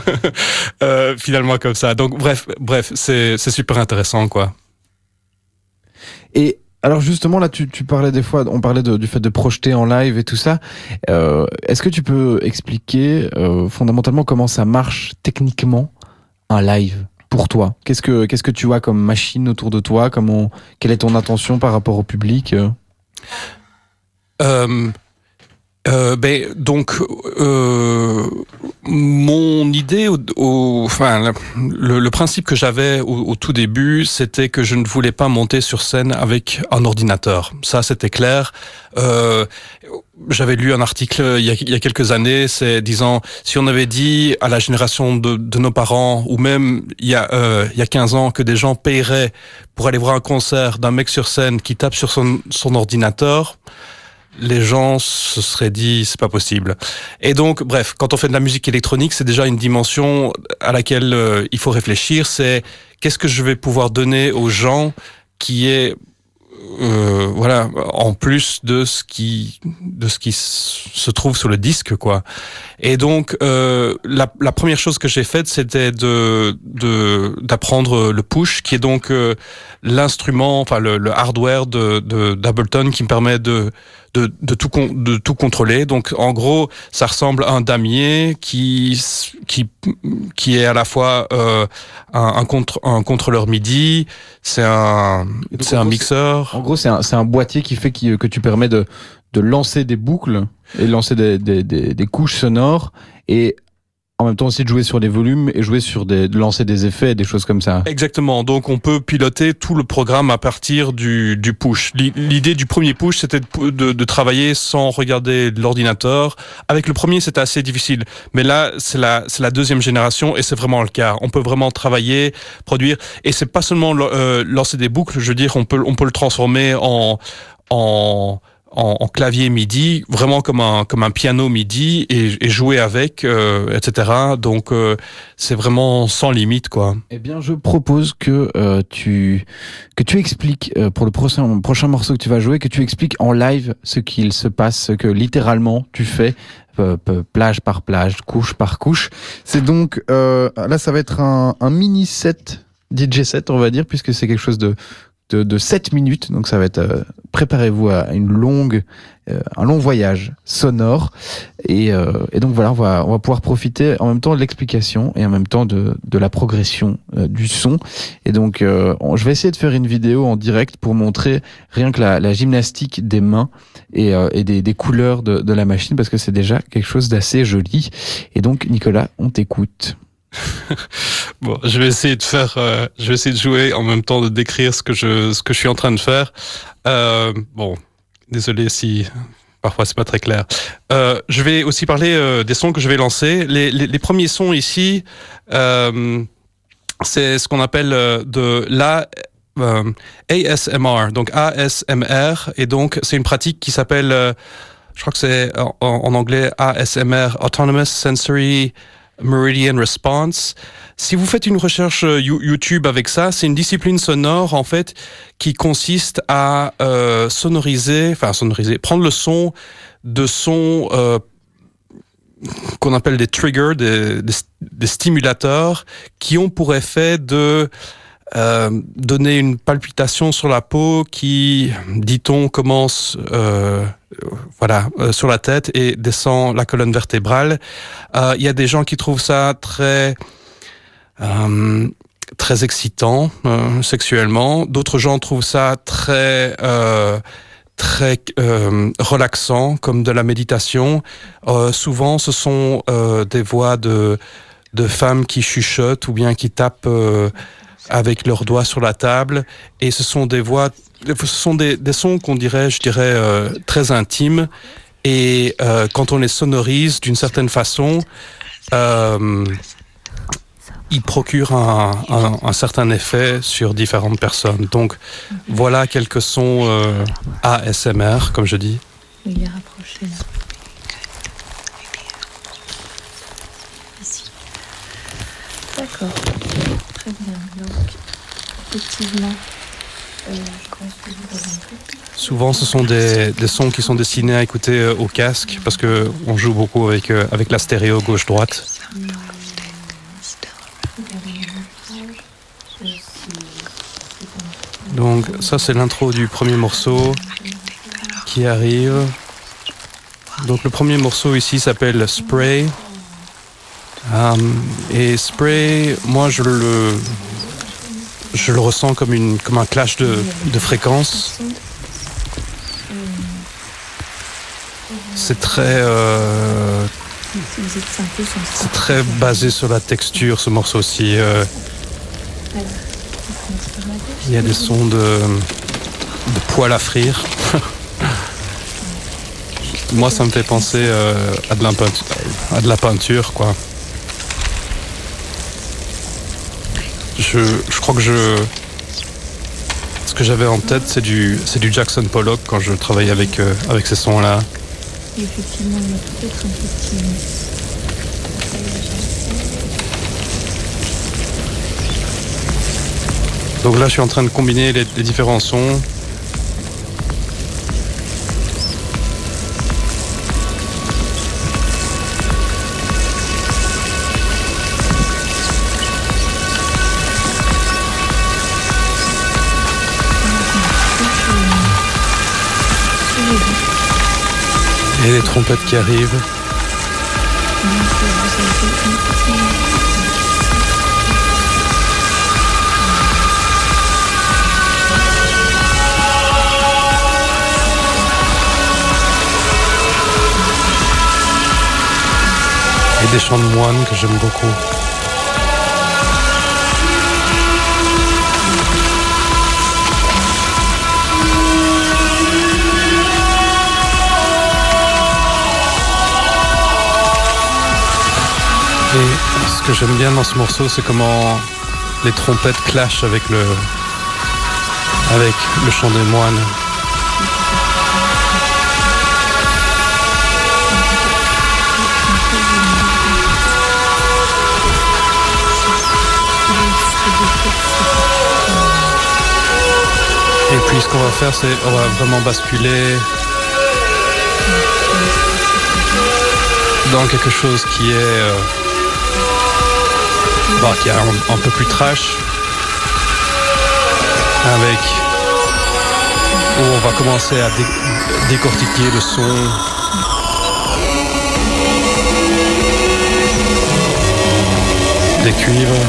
euh, finalement comme ça. Donc bref, bref, c'est c'est super intéressant, quoi. Et alors justement là, tu tu parlais des fois, on parlait de, du fait de projeter en live et tout ça. Euh, est-ce que tu peux expliquer euh, fondamentalement comment ça marche techniquement un live pour toi? Qu'est-ce que qu'est-ce que tu vois comme machine autour de toi? Comment quelle est ton intention par rapport au public? Euh, Euh, ben donc euh, mon idée, au, au, enfin le, le principe que j'avais au, au tout début, c'était que je ne voulais pas monter sur scène avec un ordinateur. Ça, c'était clair. Euh, j'avais lu un article il y a, il y a quelques années, c'est disant si on avait dit à la génération de, de nos parents ou même il y a euh, il y a quinze ans que des gens paieraient pour aller voir un concert d'un mec sur scène qui tape sur son, son ordinateur, les gens se seraient dit c'est pas possible. Et donc bref, quand on fait de la musique électronique, c'est déjà une dimension à laquelle euh, il faut réfléchir, c'est qu'est-ce que je vais pouvoir donner aux gens qui est euh, voilà, en plus de ce qui de ce qui se trouve sur le disque, quoi. Et donc euh, la, la première chose que j'ai faite, c'était de de d'apprendre le push, qui est donc euh, l'instrument, enfin le, le hardware de, de d'Ableton qui me permet de de de tout con, de tout contrôler. Donc en gros, ça ressemble à un damier qui qui qui est à la fois euh, un un, contre, un contrôleur MIDI, c'est un c'est un mixeur. En gros, c'est un c'est un boîtier qui fait qui, que tu permets de de lancer des boucles et lancer des des des, des couches sonores et en même temps aussi de jouer sur les volumes et jouer sur des, de lancer des effets, des choses comme ça. Exactement. Donc on peut piloter tout le programme à partir du, du push. L'idée du premier push, c'était de, de, de travailler sans regarder l'ordinateur. Avec le premier, c'était assez difficile. Mais là, c'est la, c'est la deuxième génération et c'est vraiment le cas. On peut vraiment travailler, produire. Et c'est pas seulement euh, lancer des boucles. Je veux dire, on peut, on peut le transformer en, en en, en clavier MIDI, vraiment comme un comme un piano MIDI et, et jouer avec, euh, et cetera. Donc euh, c'est vraiment sans limite, quoi. Eh bien, je propose que euh, tu que tu expliques euh, pour le prochain prochain morceau que tu vas jouer, que tu expliques en live ce qu'il se passe, ce que littéralement tu fais. Euh, plage par plage, couche par couche. C'est donc euh, là, ça va être un, un mini set D J set, on va dire, puisque c'est quelque chose de de, de sept minutes. Donc ça va être euh, préparez-vous à une longue euh, un long voyage sonore et, euh, et donc voilà, on va on va pouvoir profiter en même temps de l'explication et en même temps de de la progression euh, du son. Et donc euh, on, je vais essayer de faire une vidéo en direct pour montrer rien que la, la gymnastique des mains et, euh, et des, des couleurs de, de la machine, parce que c'est déjà quelque chose d'assez joli. Et donc Nicolas, on t'écoute. Bon, je vais essayer de faire, euh, je vais essayer de jouer en même temps de décrire ce que je, ce que je suis en train de faire. Euh, bon, désolé si parfois c'est pas très clair. Euh, je vais aussi parler euh, des sons que je vais lancer. Les, les, les premiers sons ici, euh, c'est ce qu'on appelle euh, de la euh, A S M R, donc A S M R, et donc c'est une pratique qui s'appelle, euh, je crois que c'est en, en anglais A S M R, Autonomous Sensory Meridian Response. Si vous faites une recherche YouTube avec ça, c'est une discipline sonore en fait qui consiste à euh, sonoriser, enfin sonoriser, prendre le son de sons euh, qu'on appelle des triggers, des, des, des stimulateurs qui ont pour effet de euh, donner une palpitation sur la peau qui, dit-on, commence euh, voilà, euh, sur la tête et descend la colonne vertébrale. Il euh, y a des gens qui trouvent ça très euh, très excitant euh, sexuellement. D'autres gens trouvent ça très euh, très euh, relaxant, comme de la méditation. Euh, souvent, ce sont euh, des voix de de femmes qui chuchotent ou bien qui tapent euh, avec leurs doigts sur la table, et ce sont des voix, ce sont des, des sons qu'on dirait, je dirais, euh, très intimes, et euh, quand on les sonorise d'une certaine façon, euh, ils procurent un, un, un certain effet sur différentes personnes. Donc voilà quelques sons euh, A S M R, comme je dis. Il est rapproché là. Ici. D'accord. Très bien. Donc, effectivement, euh, je pense que vous avez un truc. Souvent, ce sont des, des sons qui sont destinés à écouter euh, au casque, parce que on joue beaucoup avec euh, avec la stéréo gauche-droite. Donc ça, c'est l'intro du premier morceau qui arrive. Donc le premier morceau ici s'appelle Spray. Um, et Spray, moi je le je le ressens comme une comme un clash de de fréquences. C'est très euh, c'est très basé sur la texture, ce morceau-ci. Euh, il y a des sons de de poêle à frire. Moi, ça me fait penser euh, à de la peinture, à de la peinture, quoi. Je, je crois que je, ce que j'avais en tête, c'est du, c'est du Jackson Pollock quand je travaillais avec euh, avec ces sons-là. Effectivement, il y a peut-être un petit. Donc là, je suis en train de combiner les, les différents sons. Et les trompettes qui arrivent. Et des chants de moines que j'aime beaucoup. Et ce que j'aime bien dans ce morceau, c'est comment les trompettes clashent avec le, avec le chant des moines. Et puis ce qu'on va faire, c'est on va vraiment basculer dans quelque chose qui est, euh, bah, qui est un, un peu plus trash, avec où on va commencer à dé décortiquer le son. Des cuivres.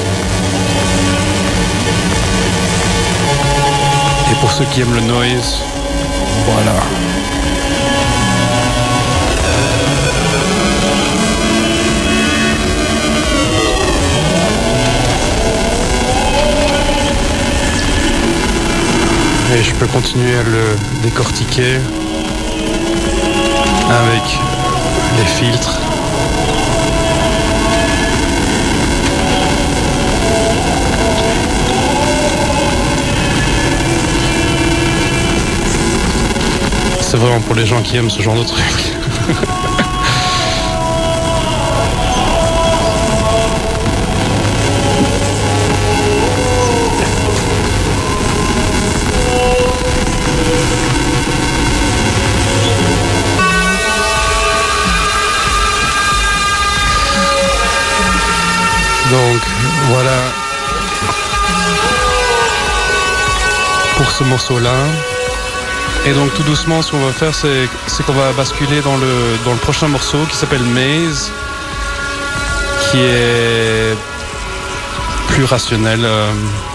Et pour ceux qui aiment le noise, voilà. Et je peux continuer à le décortiquer avec les filtres. C'est vraiment pour les gens qui aiment ce genre de truc. Donc voilà pour ce morceau-là. Et donc tout doucement, ce qu'on va faire, c'est, c'est qu'on va basculer dans le, dans le prochain morceau qui s'appelle Maze, qui est plus rationnel. Euh...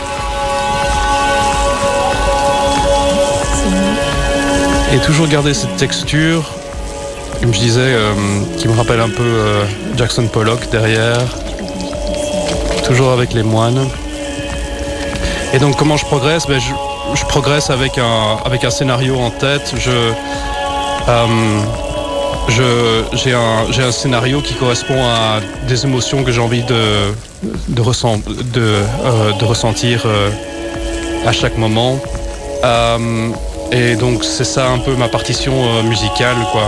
Et toujours garder cette texture, comme je disais, euh, qui me rappelle un peu euh, Jackson Pollock derrière, toujours avec les moines. Et donc comment je progresse? Ben, je, je progresse avec un, avec un scénario en tête. Je, euh, je, j'ai, un, j'ai un scénario qui correspond à des émotions que j'ai envie de, de, ressent, de, euh, de ressentir euh, à chaque moment. Euh, et donc c'est ça un peu ma partition euh, musicale, quoi.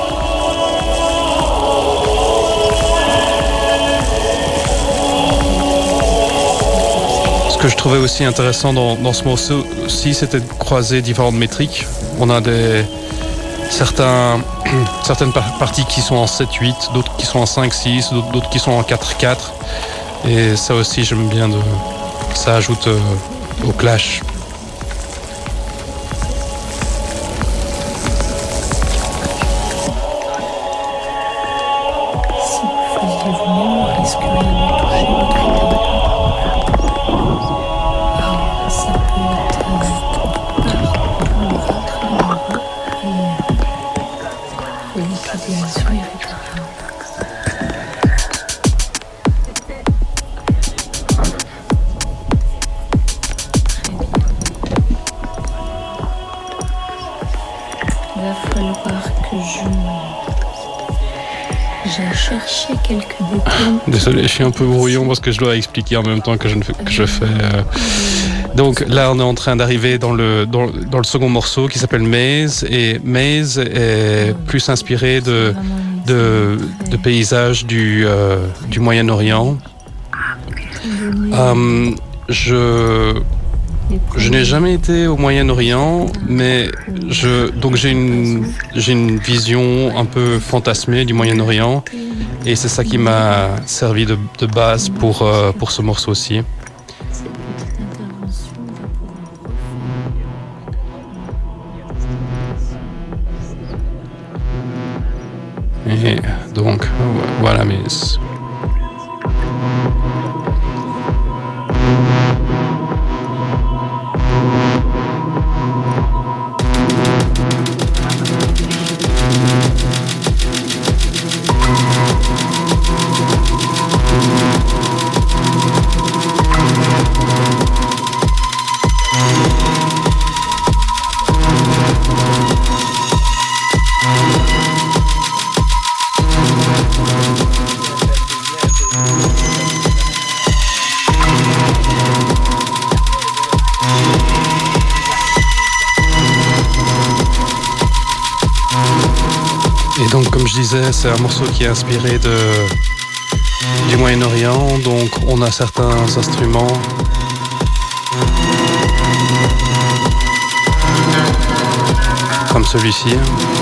Ce que je trouvais aussi intéressant dans, dans ce morceau aussi, c'était de croiser différentes métriques. On a des, certains, certaines par- parties qui sont en sept huit, d'autres qui sont en cinq six, d'autres, d'autres qui sont en quatre quatre. Et ça aussi, j'aime bien, de, ça ajoute euh, au clash. Si vous faisiez vous-même, risqueriez de toucher votre état. Ça peut être douloureux, très douloureux, et une captation irrégulière. Il va falloir que je... J'ai cherché quelques détails. Désolé, je suis un peu brouillon parce que je dois expliquer en même temps que je, ne fais, que je fais. Euh... Donc là, on est en train d'arriver dans le, dans, dans le second morceau qui s'appelle Maze. Et Maze est plus inspiré de, de, de paysages du, euh, du Moyen-Orient. Euh, je... Je n'ai jamais été au Moyen-Orient, mais je, donc j'ai une, j'ai une vision un peu fantasmée du Moyen-Orient, et c'est ça qui m'a servi de, de base pour, euh, pour ce morceau-ci. Et donc, voilà mes... Donc, comme je disais, c'est un morceau qui est inspiré de, du Moyen-Orient. Donc, on a certains instruments celui-ci.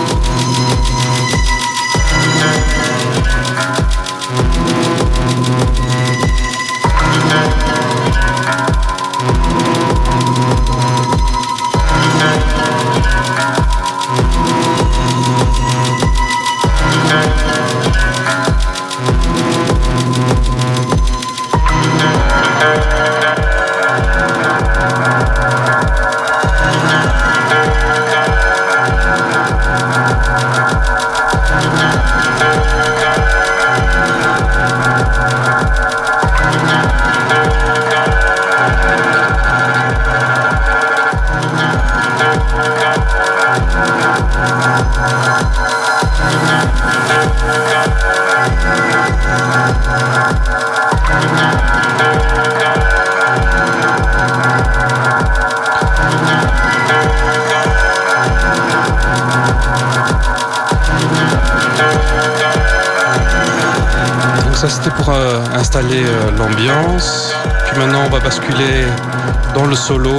Ça c'était pour euh, installer euh, l'ambiance. Puis maintenant on va basculer dans le solo.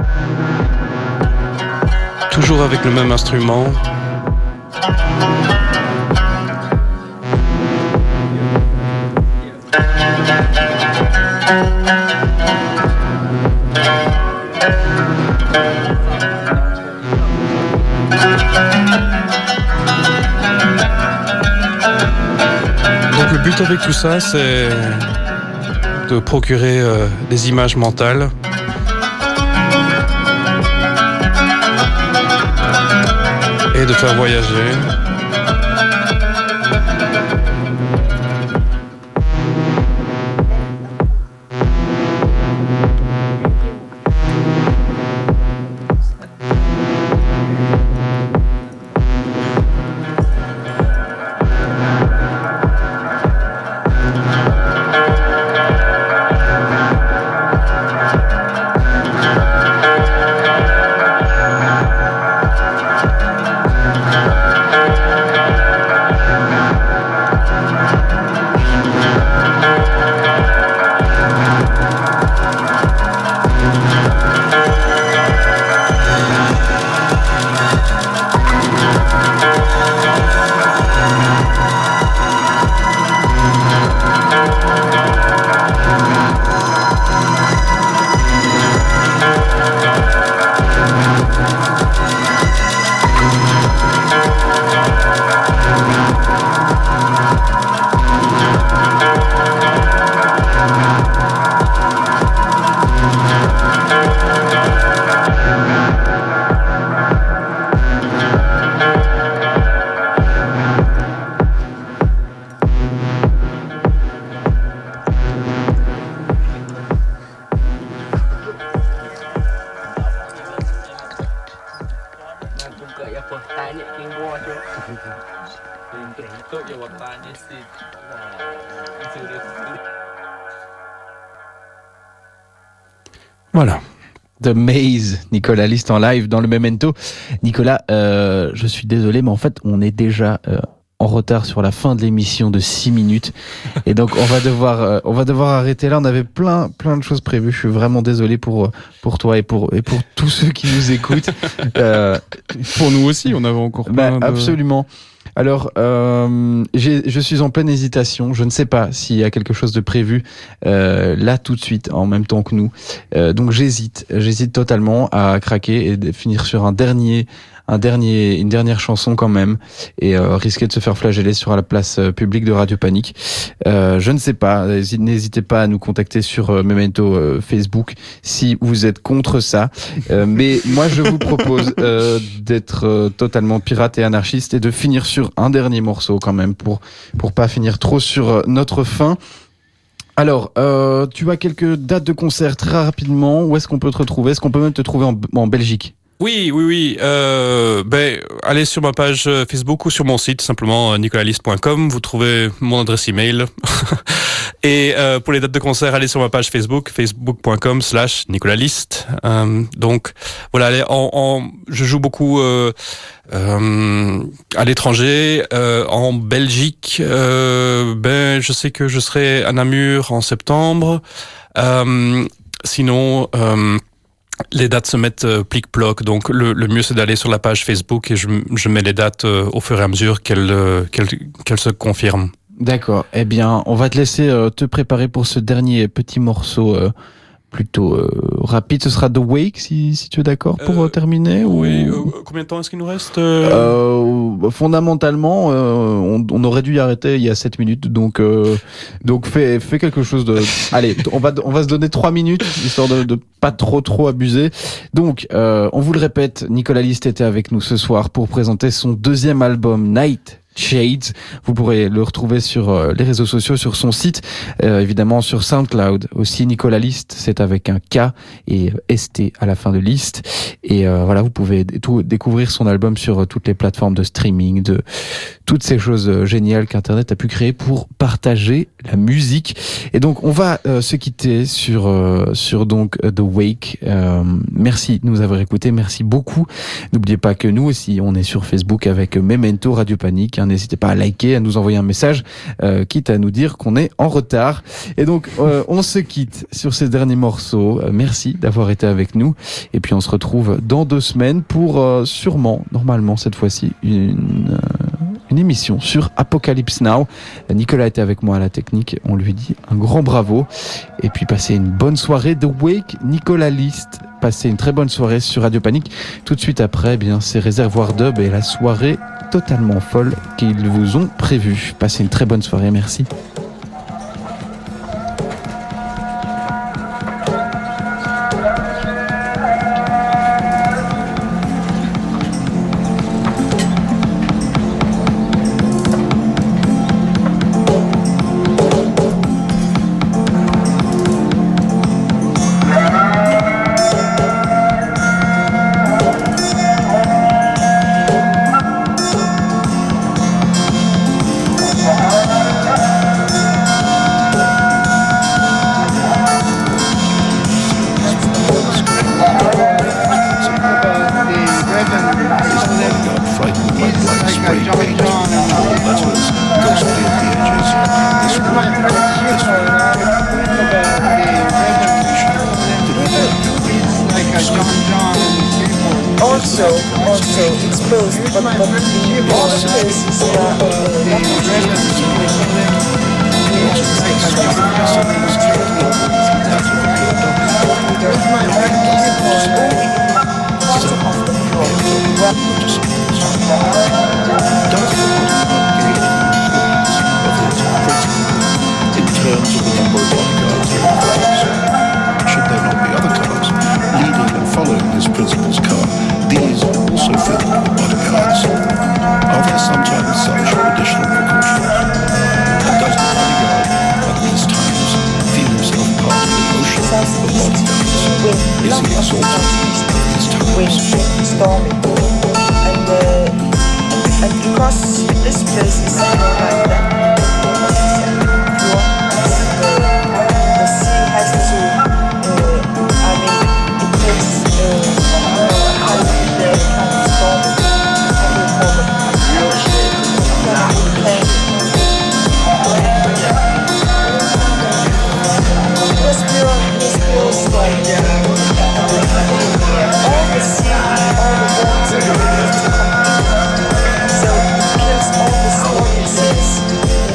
Toujours avec le même instrument. Donc le but avec tout ça, c'est de procurer euh, des images mentales. Et de faire voyager. Voilà. The Maze, Nicolas List en live dans le Memento. Nicolas, euh, je suis désolé, mais en fait, on est déjà euh, en retard sur la fin de l'émission de six minutes. Et donc, on va devoir, euh, on va devoir arrêter là. On avait plein, plein de choses prévues. Je suis vraiment désolé pour, pour toi et pour, et pour tous ceux qui nous écoutent. Euh, pour nous aussi, on avait encore plein bah, de... Absolument. Alors, euh, j'ai, je suis en pleine hésitation. Je ne sais pas s'il y a quelque chose de prévu euh, là tout de suite, en même temps que nous. Euh, donc j'hésite, j'hésite totalement à craquer et de finir sur un dernier, un dernier, une dernière chanson quand même, et euh, risquer de se faire flageller sur la place publique de Radio Panique. Euh, je ne sais pas. N'hésitez pas à nous contacter sur euh, Memento euh, Facebook si vous êtes contre ça. Euh, mais moi, je vous propose euh, d'être euh, totalement pirate et anarchiste et de finir sur un dernier morceau quand même pour pour pas finir trop sur notre fin. Alors, euh, tu as quelques dates de concert très rapidement. Où est-ce qu'on peut te retrouver? Est-ce qu'on peut même te trouver en, en Belgique? Oui, oui, oui. Euh, ben, allez sur ma page Facebook ou sur mon site, simplement nicolas list point com. Vous trouvez mon adresse email. Et euh, pour les dates de concert, allez sur ma page Facebook, facebook point com slash nicolas list. Euh, donc, voilà, allez, en, en, je joue beaucoup euh, euh, à l'étranger, euh, en Belgique. Euh, ben, je sais que je serai à Namur en septembre. Euh, sinon... Euh, les dates se mettent euh, plic-ploc, donc le, le mieux c'est d'aller sur la page Facebook et je, je mets les dates euh, au fur et à mesure qu'elles euh, qu'elles, qu'elles se confirment. D'accord. Eh bien, on va te laisser euh, te préparer pour ce dernier petit morceau euh, plutôt euh, rapide. Ce sera The Wake, si, si tu es d'accord, pour euh, terminer. Oui. Ou... Euh, combien de temps est-ce qu'il nous reste euh... Euh, Fondamentalement, euh, on, on aurait dû y arrêter il y a sept minutes. Donc, euh, donc fais, fais quelque chose de. Allez, on va, on va se donner trois minutes histoire de, de pas trop trop abuser. Donc, euh, on vous le répète, Nicolas List était avec nous ce soir pour présenter son deuxième album Night Shades. Vous pourrez le retrouver sur euh, les réseaux sociaux, sur son site, euh, évidemment sur SoundCloud aussi. Nicolas List, c'est avec un K et S T à la fin de List. Et euh, voilà, vous pouvez tout découvrir son album sur euh, toutes les plateformes de streaming, de toutes ces choses euh, géniales qu'Internet a pu créer pour partager la musique. Et donc, on va euh, se quitter sur euh, sur donc euh, The Wake. Euh, merci de nous avoir écoutés, merci beaucoup. N'oubliez pas que nous aussi, on est sur Facebook avec Memento Radio Panique. N'hésitez pas à liker, à nous envoyer un message, euh, quitte à nous dire qu'on est en retard. Et donc, euh, on se quitte sur ces derniers morceaux. Euh, merci d'avoir été avec nous. Et puis, on se retrouve dans deux semaines pour euh, sûrement, normalement cette fois-ci, une, euh, une émission sur Apocalypse Now. Nicolas était avec moi à la technique. On lui dit un grand bravo. Et puis, passez une bonne soirée. The Wake, Nicolas List. Passez une très bonne soirée sur Radio Panique. Tout de suite après, eh bien, c'est Réservoir Dub et la soirée totalement folle qu'ils vous ont prévue. Passez une très bonne soirée, merci. So it kills all the audiences.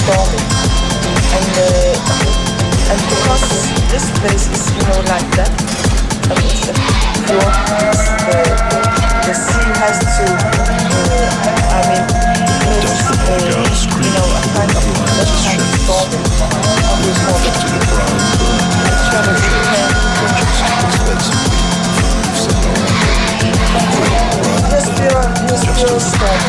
stormy, and uh, and because this place is, you know, like that, I mean, it's the fjord, the the sea has to, uh, I mean, it makes, uh, you know, a kind of that kind of stormy on this water. So that you can just pure, just pure storm.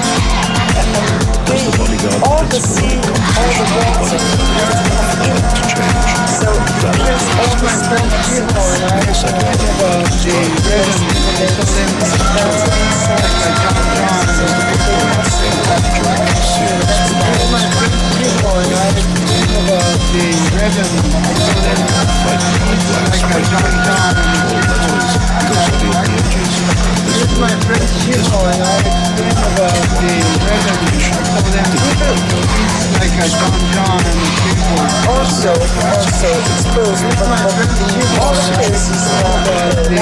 All the sea, all the water come in. So there's all the storm also, also exposed, but in all cases, the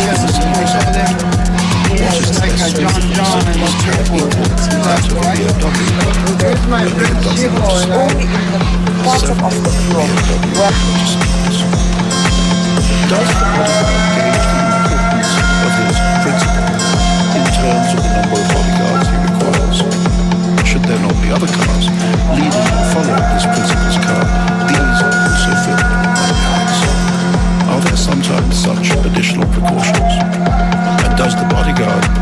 just like a John John and a triple. That's right. There's my friend Chico and only in the bottom of the floor. Does the bodyguard gauge the importance of his principle in terms of the number of bodyguards he requires? Should there not be other cars leading and following this principal's car? These also filled with bodyguards. Are there sometimes such additional precautions? And does the bodyguard